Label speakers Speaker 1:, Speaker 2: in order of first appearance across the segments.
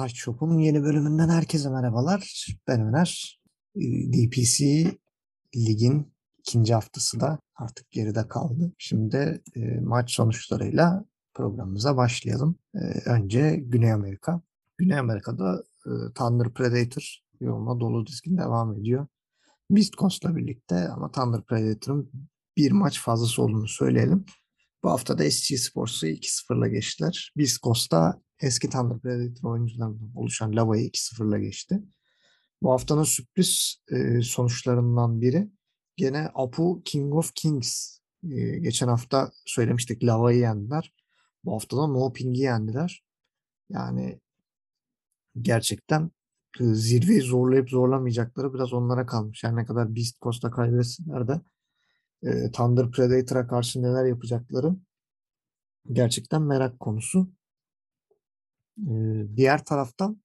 Speaker 1: Taş Shop'un yeni bölümünden herkese merhabalar. Ben Öner. DPC Lig'in ikinci haftası da artık geride kaldı. Şimdi maç sonuçlarıyla programımıza başlayalım. Önce Güney Amerika. Güney Amerika'da Thunder Predator yoluna dolu dizgin devam ediyor. Beast Coast'la birlikte ama Thunder Predator'ın bir maç fazlası olduğunu söyleyelim. Bu hafta da SC Sports'u 2-0'la geçtiler. Beast Coast'ta eski Thunder Predator oyuncularından oluşan Lava'yı 2-0'la geçti. Bu haftanın sürpriz sonuçlarından biri gene Apu King of Kings. Geçen hafta söylemiştik Lava'yı yendiler. Bu hafta da No Ping'i yendiler. Yani gerçekten zirveyi zorlayıp zorlamayacakları biraz onlara kalmış. Her ne kadar Beast Coast'a kaybetsinler de Thunder Predator'a karşı neler yapacakları gerçekten merak konusu. Diğer taraftan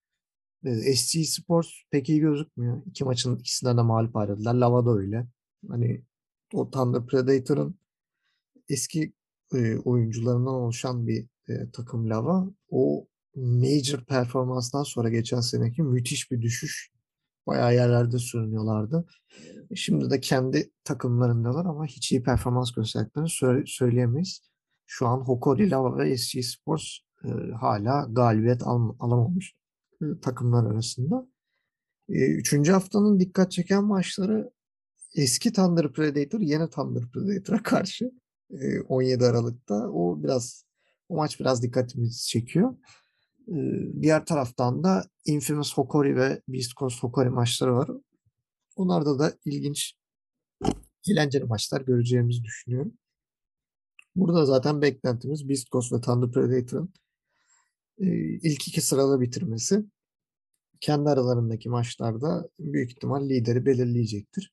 Speaker 1: SC Sports pek iyi gözükmüyor. İki maçın ikisinden de mağlup ayrıldılar. Lava da öyle. Hani o Thunder Predator'ın eski oyuncularından oluşan bir takım Lava. O major performanstan sonra geçen seneki müthiş bir düşüş. Bayağı yerlerde sürünüyorlardı. Şimdi de kendi takımlarındalar ama hiç iyi performans gösterdiklerini söyleyemeyiz. Şu an Hokori, Lava ve SC Sports hala galibiyet alamamış takımlar arasında. Üçüncü haftanın dikkat çeken maçları eski Thunder Predator, yeni Thunder Predator'a karşı 17 Aralık'ta. O maç biraz dikkatimizi çekiyor. Diğer taraftan da Infamous Hokori ve Beast Coast Hokori maçları var. Onlarda da ilginç, eğlenceli maçlar göreceğimizi düşünüyorum. Burada zaten beklentimiz Beast Coast ve Thunder Predator'ın ilk iki sırada bitirmesi. Kendi aralarındaki maçlarda büyük ihtimal lideri belirleyecektir.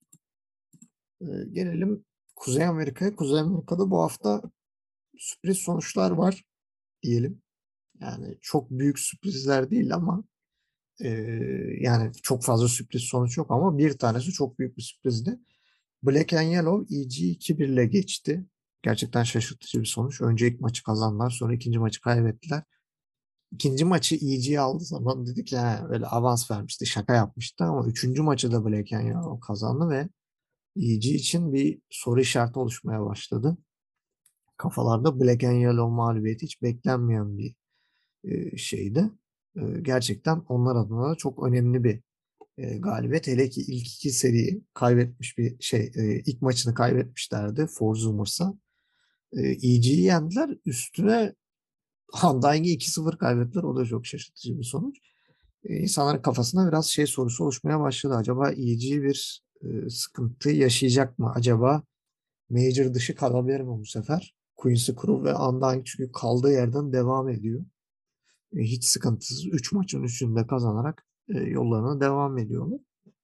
Speaker 1: Gelelim Kuzey Amerika'ya. Kuzey Amerika'da bu hafta sürpriz sonuçlar var diyelim. Yani çok büyük sürprizler değil ama e, yani çok fazla sürpriz sonuç yok ama bir tanesi çok büyük bir sürprizdi. Black and Yellow EG 2-1 ile geçti. Gerçekten şaşırtıcı bir sonuç. Önce ilk maçı kazandılar, sonra ikinci maçı kaybettiler. İkinci maçı EG aldığı zaman dedik ya öyle avans vermişti, şaka yapmıştı ama üçüncü maçı da Black and Yellow kazandı ve EG için bir soru işareti oluşmaya başladı. Kafalarda Black and Yellow mağlubiyeti hiç beklenmeyen bir şeydi. Gerçekten onlar adına da çok önemli bir galibiyet. Hele ki ilk iki seriyi kaybetmiş bir ilk maçını kaybetmişlerdi Forzumers'a. EG'yi yendiler. Üstüne Undying'i 2-0 kaybettiler. O da çok şaşırtıcı bir sonuç. İnsanların kafasında biraz sorusu oluşmaya başladı. Acaba EG bir sıkıntı yaşayacak mı? Acaba Major dışı kalabilir mi bu sefer? Quincy Crew ve Undying çünkü kaldığı yerden devam ediyor. Hiç sıkıntısız 3 maçın 3'ünü kazanarak yollarına devam ediyorlar.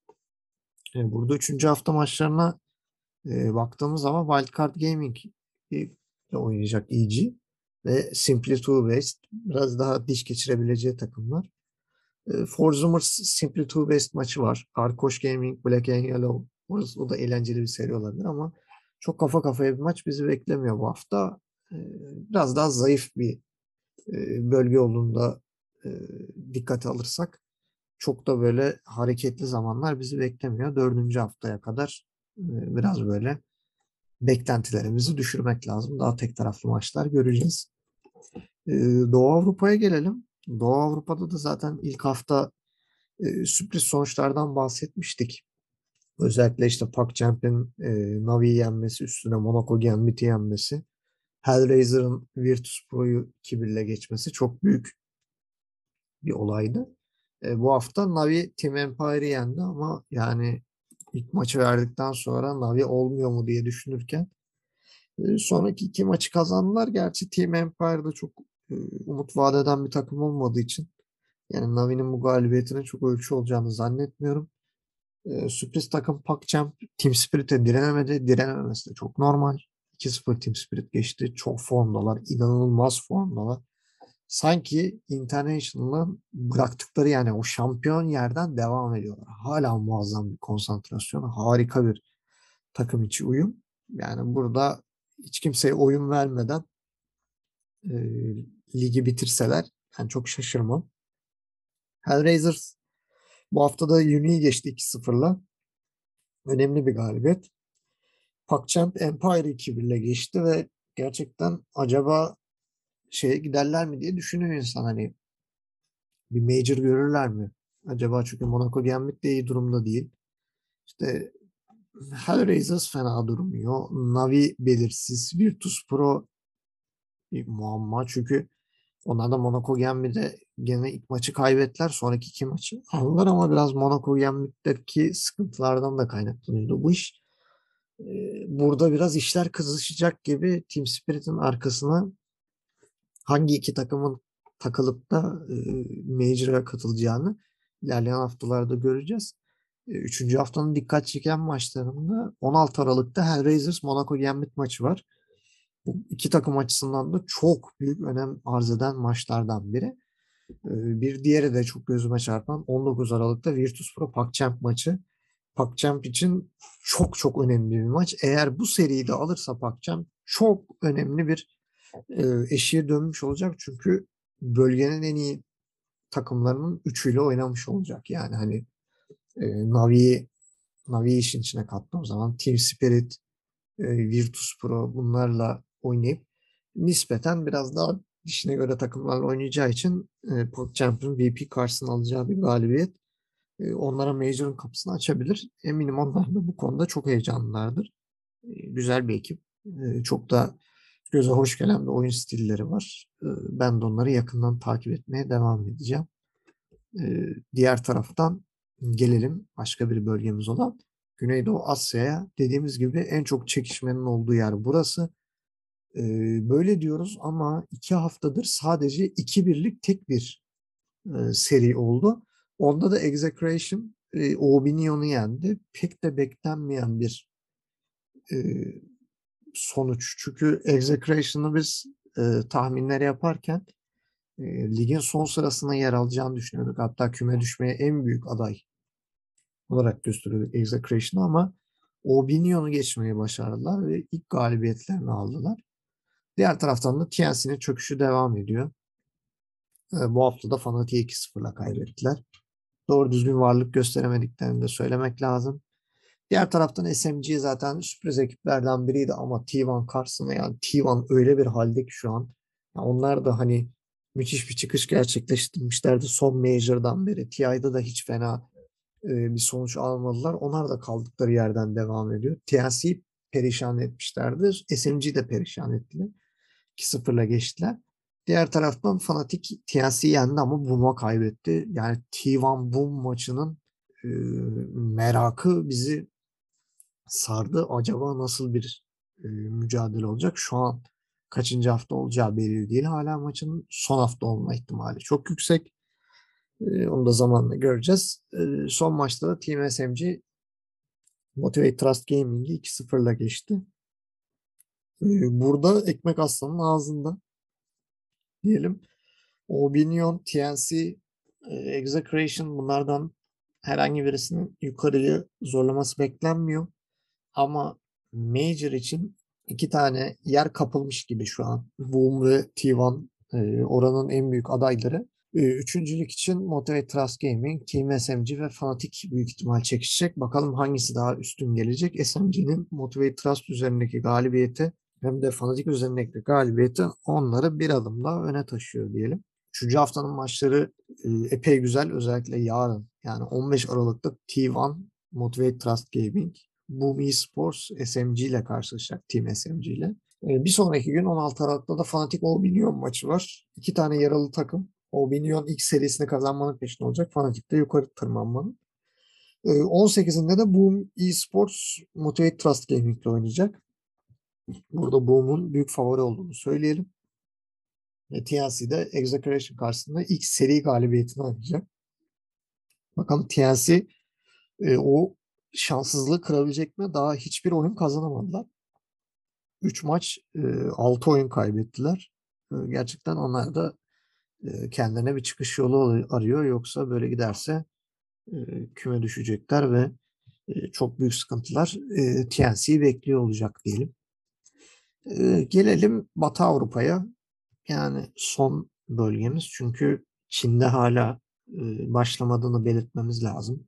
Speaker 1: Burada üçüncü hafta maçlarına baktığımız zaman Wildcard Gaming ile oynayacak EG ve Simply Two Based biraz daha diş geçirebileceği takımlar. Forzumers Simply Two Based maçı var. Arkoş Gaming, Black and Yellow. O da eğlenceli bir seri olabilir ama çok kafa kafaya bir maç bizi beklemiyor bu hafta. E, Biraz daha zayıf bir bölge olduğunda e, dikkate alırsak çok da böyle hareketli zamanlar bizi beklemiyor. Dördüncü haftaya kadar biraz böyle beklentilerimizi düşürmek lazım. Daha tek taraflı maçlar göreceğiz. E, Doğu Avrupa'ya gelelim. Doğu Avrupa'da da zaten ilk hafta sürpriz sonuçlardan bahsetmiştik. Özellikle işte PogChamp'in Navi'yi yenmesi, üstüne Monaco Gambit'i yenmesi, Hellraiser'ın Virtus Pro'yu 2-1 ile geçmesi çok büyük bir olaydı. Bu hafta Navi Team Empire'ı yendi ama yani ilk maçı verdikten sonra Navi olmuyor mu diye düşünürken sonraki iki maçı kazandılar. Gerçi Team Empire'da çok umut vaat eden bir takım olmadığı için yani Navi'nin bu galibiyetine çok ölçü olacağını zannetmiyorum. Sürpriz takım PogChamp Team Spirit'e direnemedi. Direnememesi de çok normal. 2-0 Team Spirit geçti. Çok formdalar. İnanılmaz formdalar. Sanki International'ın bıraktıkları yani o şampiyon yerden devam ediyorlar. Hala muazzam bir konsantrasyon. Harika bir takım içi uyum. Yani burada hiç kimseye oyun vermeden e, ligi bitirseler yani çok şaşırmam. Hellraisers bu hafta da Uni'yi geçti 2-0'la. Önemli bir galibiyet. PogChamp Empire 2-1 ile geçti ve gerçekten acaba şeye giderler mi diye düşünüyor insan, hani bir major görürler mi? Acaba, çünkü Monaco Gambit de iyi durumda değil. İşte Hellraisers fena durmuyor. Navi belirsiz. Virtus Pro bir muamma. Çünkü onlar da Monaco Gambit'e gene ilk maçı kaybettiler. Sonraki iki maçı aldılar ama biraz Monaco Gambit'teki sıkıntılardan da kaynaklanıyordu bu iş. Burada biraz işler kızışacak gibi. Team Spirit'in arkasına hangi iki takımın takılıp da Major'a katılacağını ilerleyen haftalarda göreceğiz. Üçüncü haftanın dikkat çeken maçlarında 16 Aralık'ta Hellraisers Monaco Gambit maçı var. Bu iki takım açısından da çok büyük önem arz eden maçlardan biri. Bir diğeri de çok gözüme çarpan 19 Aralık'ta Virtus Pro PogChamp maçı. PogChamp için çok çok önemli bir maç. Eğer bu seriyi de alırsa PogChamp çok önemli bir eşiğe dönmüş olacak. Çünkü bölgenin en iyi takımlarının üçüyle oynamış olacak. Yani hani Navi'yi işin içine kattığım zaman Team Spirit, Virtus Pro bunlarla oynayıp nispeten biraz daha dişine göre takımlarla oynayacağı için PogChamp'ın VP karşısına alacağı bir galibiyet onlara Major'ın kapısını açabilir. Eminim onlar da bu konuda çok heyecanlılardır. Güzel bir ekip. Çok da göze hoş gelen bir oyun stilleri var. Ben de onları yakından takip etmeye devam edeceğim. Diğer taraftan gelelim başka bir bölgemiz olan Güneydoğu Asya'ya. Dediğimiz gibi en çok çekişmenin olduğu yer burası. Böyle diyoruz ama 2 haftadır sadece 2-1'lik tek bir seri oldu. Onda da Execration Obinion'u yendi. Pek de beklenmeyen bir e, sonuç. Çünkü Execration'ı biz tahminleri yaparken ligin son sırasına yer alacağını düşünüyorduk. Hatta küme düşmeye en büyük aday olarak gösteriyorduk Execration'ı ama Obinion'u geçmeyi başardılar ve ilk galibiyetlerini aldılar. Diğer taraftan da TNC'nin çöküşü devam ediyor. Bu hafta da Fnatic'i 2-0'la kaybettiler. Doğru düzgün varlık gösteremediklerini de söylemek lazım. Diğer taraftan SMG zaten sürpriz ekiplerden biriydi ama T1 karşısında, yani T1 öyle bir halde ki şu an. Yani onlar da hani müthiş bir çıkış gerçekleştirmişlerdi son Major'dan beri. TI'da da hiç fena bir sonuç almadılar. Onlar da kaldıkları yerden devam ediyor. TNC'yi perişan etmişlerdir. SMG de perişan ettiler. 2-0'la geçtiler. Diğer taraftan Fnatic TNC yendi ama Boom'a kaybetti. Yani T1 Boom maçının e, merakı bizi sardı. Acaba nasıl bir mücadele olacak? Şu an kaçıncı hafta olacağı belli değil. Hala maçın son hafta olma ihtimali çok yüksek. Onu da zamanla göreceğiz. Son maçta da Team SMG Motivate Trust Gaming'i 2-0'la geçti. Burada ekmek aslanın ağzında diyelim. Obinion, TNC, Execration bunlardan herhangi birisinin yukarıyı zorlaması beklenmiyor. Ama Major için iki tane yer kapılmış gibi şu an. Boom ve T1 oranın en büyük adayları. Üçüncülük için Motivate Trust Gaming, Team SMG ve Fnatic büyük ihtimal çekişecek. Bakalım hangisi daha üstün gelecek. SMG'nin Motivate Trust üzerindeki galibiyeti hem de Fnatic üzerindeki galibiyeti onları bir adım daha öne taşıyor diyelim. Üçüncü haftanın maçları epey güzel. Özellikle yarın, yani 15 Aralık'ta T1 Motivate Trust Gaming Boom Esports SMG ile karşılaşacak. Team SMG ile. Bir sonraki gün 16 Aralık'ta da Fnatic Obinion maçı var. İki tane yaralı takım. Obinion ilk serisini kazanmanın peşinde olacak. Fnatic de yukarı tırmanmanın. 18'inde de Boom Esports Motivate Trust Gaming ile oynayacak. Burada Boom'un büyük favori olduğunu söyleyelim. TNC'de Execration karşısında ilk seri galibiyetini alacak. Bakalım TNC o şanssızlığı kırabilecek mi? Daha hiçbir oyun kazanamadılar. 3 maç 6 oyun kaybettiler. Gerçekten onlar da kendilerine bir çıkış yolu arıyor. Yoksa böyle giderse küme düşecekler ve çok büyük sıkıntılar TNC'yi bekliyor olacak diyelim. Gelelim Batı Avrupa'ya. Yani son bölgemiz, çünkü Çin'de hala başlamadığını belirtmemiz lazım.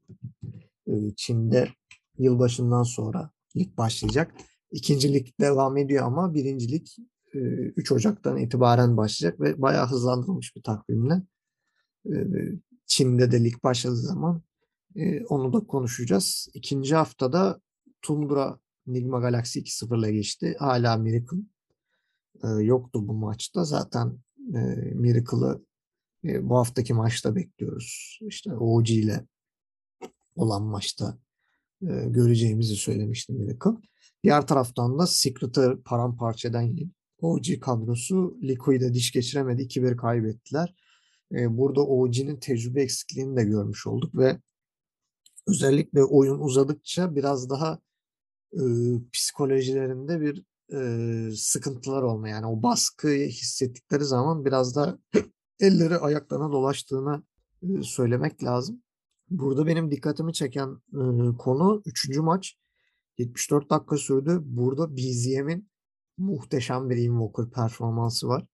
Speaker 1: Çin'de yılbaşından sonra lig başlayacak. İkinci lig devam ediyor ama birinci lig 3 Ocak'tan itibaren başlayacak ve bayağı hızlandırılmış bir takvimle. E, Çin'de de lig başladığı zaman onu da konuşacağız. İkinci haftada Tundra Nigma Galaxy 2-0'la geçti. Hala Miracle yoktu bu maçta. Zaten Miracle'ı bu haftaki maçta bekliyoruz. İşte OG ile olan maçta göreceğimizi söylemiştim Miracle. Diğer taraftan da Secret'ı paramparça eden OG kadrosu Liquid'e diş geçiremedi. 2-1 kaybettiler. Burada OG'nin tecrübe eksikliğini de görmüş olduk ve özellikle oyun uzadıkça biraz daha e, psikolojilerinde bir sıkıntılar olma. Yani o baskıyı hissettikleri zaman biraz da elleri ayaklarına dolaştığını söylemek lazım. Burada benim dikkatimi çeken konu üçüncü maç. 74 dakika sürdü. Burada BZM'in muhteşem bir Invoker performansı var.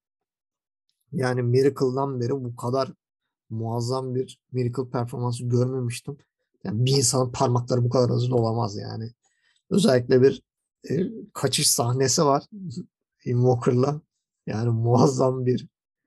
Speaker 1: Yani Miracle'dan beri bu kadar muazzam bir Miracle performansı görmemiştim. Yani bir insanın parmakları bu kadar hızlı olamaz yani. Özellikle bir kaçış sahnesi var Invoker'la. Yani muazzam bir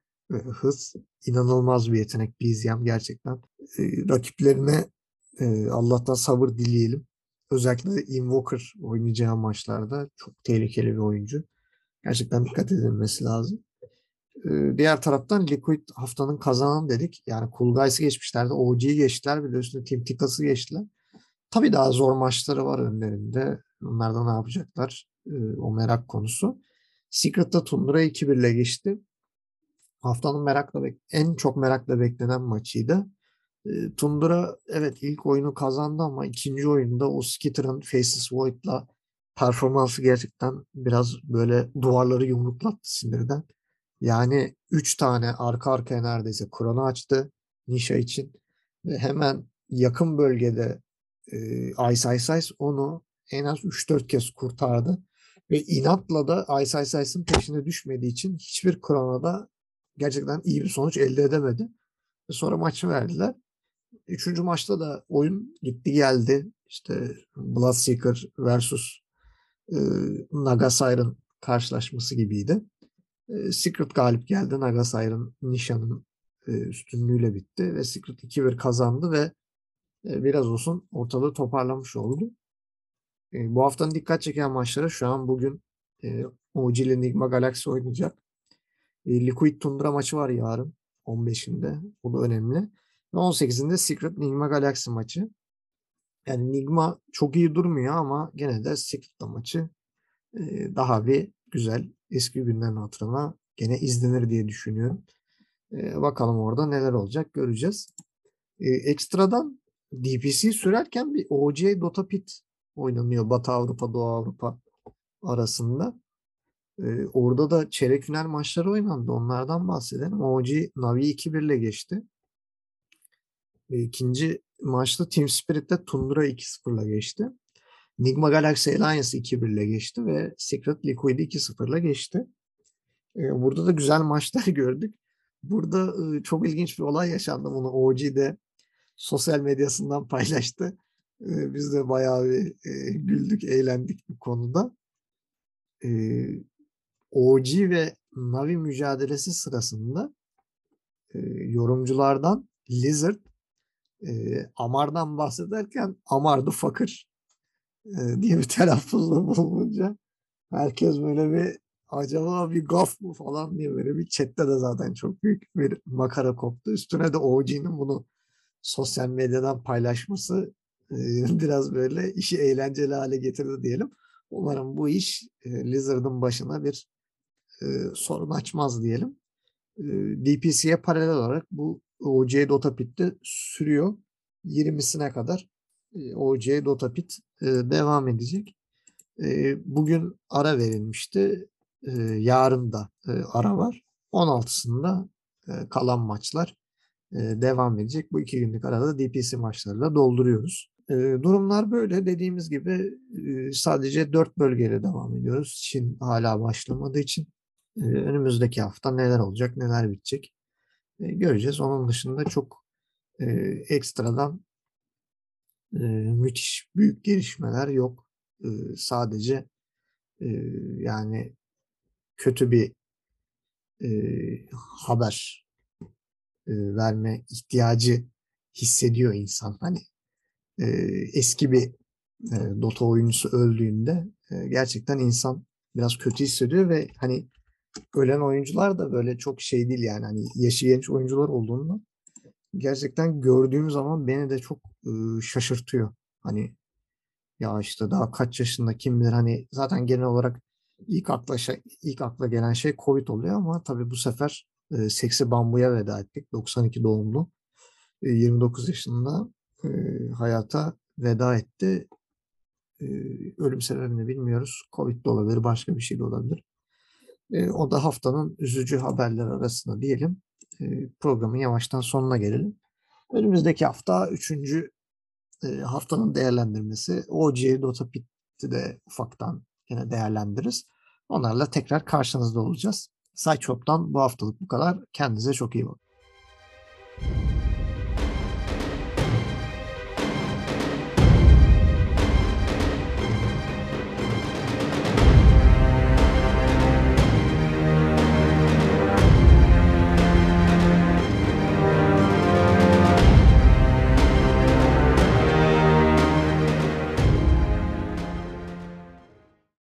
Speaker 1: hız. İnanılmaz bir yetenek BZM gerçekten. Rakiplerine Allah'tan sabır dileyelim. Özellikle de Invoker oynayacağı maçlarda çok tehlikeli bir oyuncu. Gerçekten dikkat edilmesi lazım. Diğer taraftan Liquid haftanın kazananı dedik. Yani Cool Guys'ı geçmişlerdi. OG'yi geçtiler. Bir de üstüne Team Ticket'ı geçtiler. Tabii daha zor maçları var önlerinde. Onlarda ne yapacaklar? O merak konusu. Secret'ta Tundra 2-1 ile geçti. Haftanın en çok merakla beklenen maçıydı. Tundra evet ilk oyunu kazandı ama ikinci oyunda o Skitter'ın Faceless Void'la performansı gerçekten biraz böyle duvarları yumruklattı sinirden. Yani 3 tane arka arkaya neredeyse Kur'an'ı açtı Nisha için. Ve hemen yakın bölgede Ice Ice Ice onu en az 3-4 kez kurtardı. Ve inatla da Ice Ice Ice'ın peşine düşmediği için hiçbir Kur'an'a da gerçekten iyi bir sonuç elde edemedi. Ve sonra maçı verdiler. Üçüncü maçta da oyun gitti geldi. İşte Bloodseeker versus e, Nagasire'ın karşılaşması gibiydi. Secret galip geldi. Nagasire'ın Nisha'nın üstünlüğüyle bitti ve Secret 2-1 kazandı ve biraz olsun ortalığı toparlamış oldu. Bu haftanın dikkat çeken maçları şu an bugün OG ile Nigma Galaxy oynayacak. Liquid Tundra maçı var yarın 15'inde. O da önemli. Ve 18'inde Secret Nigma Galaxy maçı. Yani Nigma çok iyi durmuyor ama gene de Secret'la maçı daha bir güzel eski günlerin hatırına gene izlenir diye düşünüyorum. Bakalım orada neler olacak göreceğiz. Ekstradan DPC sürerken bir OG Dota Pit oynanıyor Batı Avrupa Doğu Avrupa arasında. Orada da çeyrek final maçları oynandı. Onlardan bahsedelim. OG Navi 2-1 ile geçti. İkinci maçta Team Spirit'te Tundra 2-0 ile geçti. Nigma Galaxy Alliance 2-1 ile geçti ve Secret Liquid 2-0 ile geçti. Burada da güzel maçlar gördük. Burada çok ilginç bir olay yaşandı. Bunu OG de sosyal medyasından paylaştı. Biz de bayağı bir güldük, eğlendik bu konuda. OG ve Navi mücadelesi sırasında yorumculardan Lizard Amar'dan bahsederken Amar the fucker diye bir telaffuzda bulununca herkes böyle bir acaba bir gaf mı falan diye böyle bir chatte de zaten çok büyük bir makara koptu. Üstüne de OG'nin bunu sosyal medyadan paylaşması biraz böyle işi eğlenceli hale getirdi diyelim. Umarım bu iş Lizard'ın başına bir sorun açmaz diyelim. DPC'ye paralel olarak bu OC Dota Pit'te sürüyor. 20'sine kadar OC Dota Pit devam edecek. Bugün ara verilmişti. Yarın da ara var. 16'sında kalan maçlar devam edecek. Bu 2 günlük arada DPC maçlarıyla dolduruyoruz. Durumlar böyle. Dediğimiz gibi sadece 4 bölgeyle devam ediyoruz. Çin hala başlamadığı için önümüzdeki hafta neler olacak, neler bitecek göreceğiz. Onun dışında çok Ekstradan müthiş büyük gelişmeler yok. Sadece yani kötü bir haber verme ihtiyacı hissediyor insan. Hani eski bir Dota oyuncusu öldüğünde gerçekten insan biraz kötü hissediyor ve hani ölen oyuncular da böyle çok şey değil yani hani yaşı genç oyuncular olduğunu gerçekten gördüğüm zaman beni de çok şaşırtıyor. Hani ya işte daha kaç yaşında kim bilir hani zaten genel olarak ilk akla gelen şey Covid oluyor ama tabii bu sefer Seksi Bambu'ya veda ettik. 92 doğumlu. 29 yaşında e, hayata veda etti. E, Ölüm sebebini bilmiyoruz. Covid de olabilir, başka bir şey de olabilir. O da haftanın üzücü haberler arasında diyelim. Programın yavaştan sonuna gelelim. Önümüzdeki hafta üçüncü haftanın değerlendirmesi. OG Dota Pit'i de ufaktan yine değerlendiririz. Onlarla tekrar karşınızda olacağız. Sideshop'tan bu haftalık bu kadar. Kendinize çok iyi bakın.